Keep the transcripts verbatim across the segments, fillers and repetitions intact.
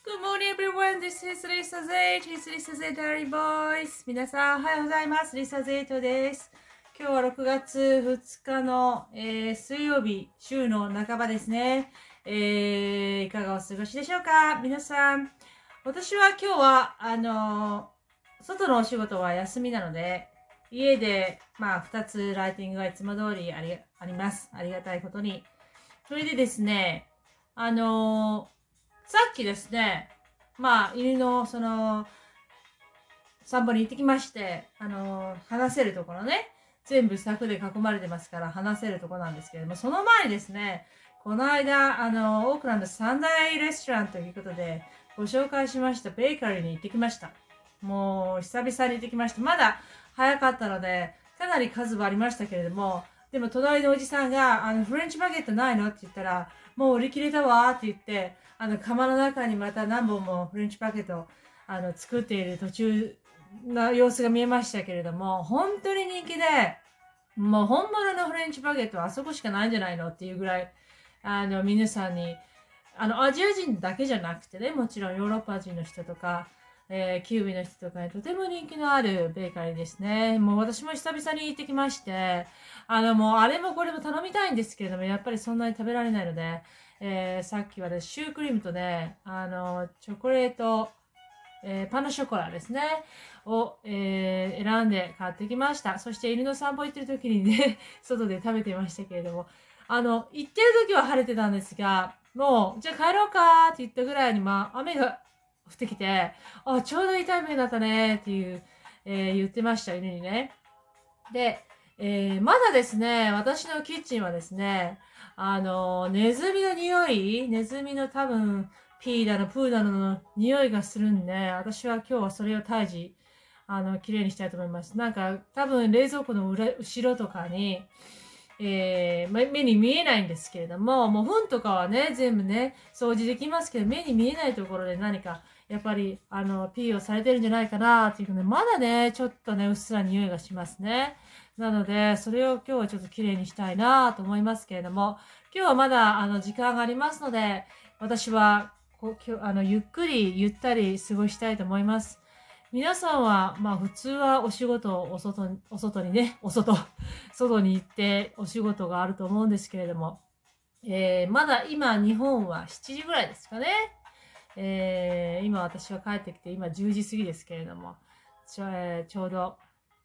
Good morning, everyone. This is Lisa Z. This is Lisa Z Diary Voice. 皆さん、おはようございます。Lisa Z です。今日はろくがつふつかの、えー、水曜日、週の半ばですね。えー、いかがお過ごしでしょうか皆さん。私は今日は、あのー、外のお仕事は休みなので、家で、まあ、ふたつライティングがいつも通りあり、あります。ありがたいことに。それでですね、あのー、さっきですね、まあ、犬の、その、散歩に行ってきまして、あの、話せるところね、全部柵で囲まれてますから話せるところなんですけれども、その前にですね、この間、あの、オークランド三大レストランということで、ご紹介しましたベーカリーに行ってきました。もう、久々に行ってきました。まだ早かったので、かなり数はありましたけれども、でも隣のおじさんが、あの、フレンチバゲットないのって言ったら、もう売り切れたわって言って、あの、釜の中にまた何本もフレンチバゲットを、あの、作っている途中な様子が見えましたけれども、本当に人気で、もう本物のフレンチバゲットはあそこしかないんじゃないのっていうぐらい、あの、皆さんに、あの、アジア人だけじゃなくてね、もちろんヨーロッパ人の人とか、えー、キュービの人とかにとても人気のあるベーカリーですね。もう私も久々に行ってきまして、あの、もうあれもこれも頼みたいんですけれども、やっぱりそんなに食べられないので、えー、さっきはね、シュークリームとね、あの、チョコレート、えー、パンのショコラですね、を、えー、選んで買ってきました。そして犬の散歩行ってる時にね、外で食べてましたけれども、あの、行ってる時は晴れてたんですが、もう、じゃあ帰ろうかって言ったぐらいに、まあ、雨が降ってきて、あ、ちょうどいいタイミングだったねっていう、えー、言ってました、犬にね。で、えー、まだですね、私のキッチンはですね、あの、ネズミの匂い、ネズミの多分、ピーだの、プーだのの匂いがするんで、私は今日はそれを退治、あの、綺麗にしたいと思います。なんか、多分、冷蔵庫の裏、後ろとかに、えー、目に見えないんですけれども、もう糞とかはね、全部ね、掃除できますけど、目に見えないところで何か、やっぱり、あの、ピーをされてるんじゃないかなっていうので、まだね、ちょっとね、うっすら匂いがしますね。なので、それを今日はちょっと綺麗にしたいなと思いますけれども、今日はまだ、あの、時間がありますので、私は、こう、今日、あの、ゆっくり、ゆったり過ごしたいと思います。皆さんは、まあ普通はお仕事、お外に、お外にね、お外、外に行ってお仕事があると思うんですけれども、えー、まだ今日本はしちじぐらいですかね。えー、今私は帰ってきて、今じゅうじ過ぎですけれども、ちょ,、えー、ちょうど、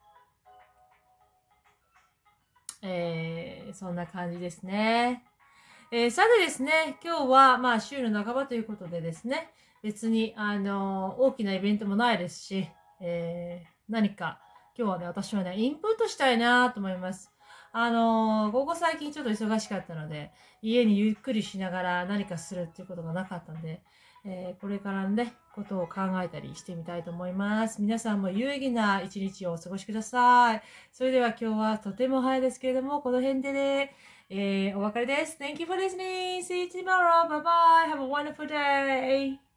えー、そんな感じですね。えー、さてですね、今日はまあ週の半ばということでですね、別にあの大きなイベントもないですし、えー、何か今日はね、私はね、インプットしたいなと思います。あのー、ここ最近ちょっと忙しかったので、家にゆっくりしながら何かするっていうことがなかったんで、えー、これからね、ことを考えたりしてみたいと思います。皆さんも有意義な一日をお過ごしください。それでは今日はとても早いですけれども、この辺でね、えー、お別れです。Thank you for listening. See you tomorrow. Bye bye. Have a wonderful day.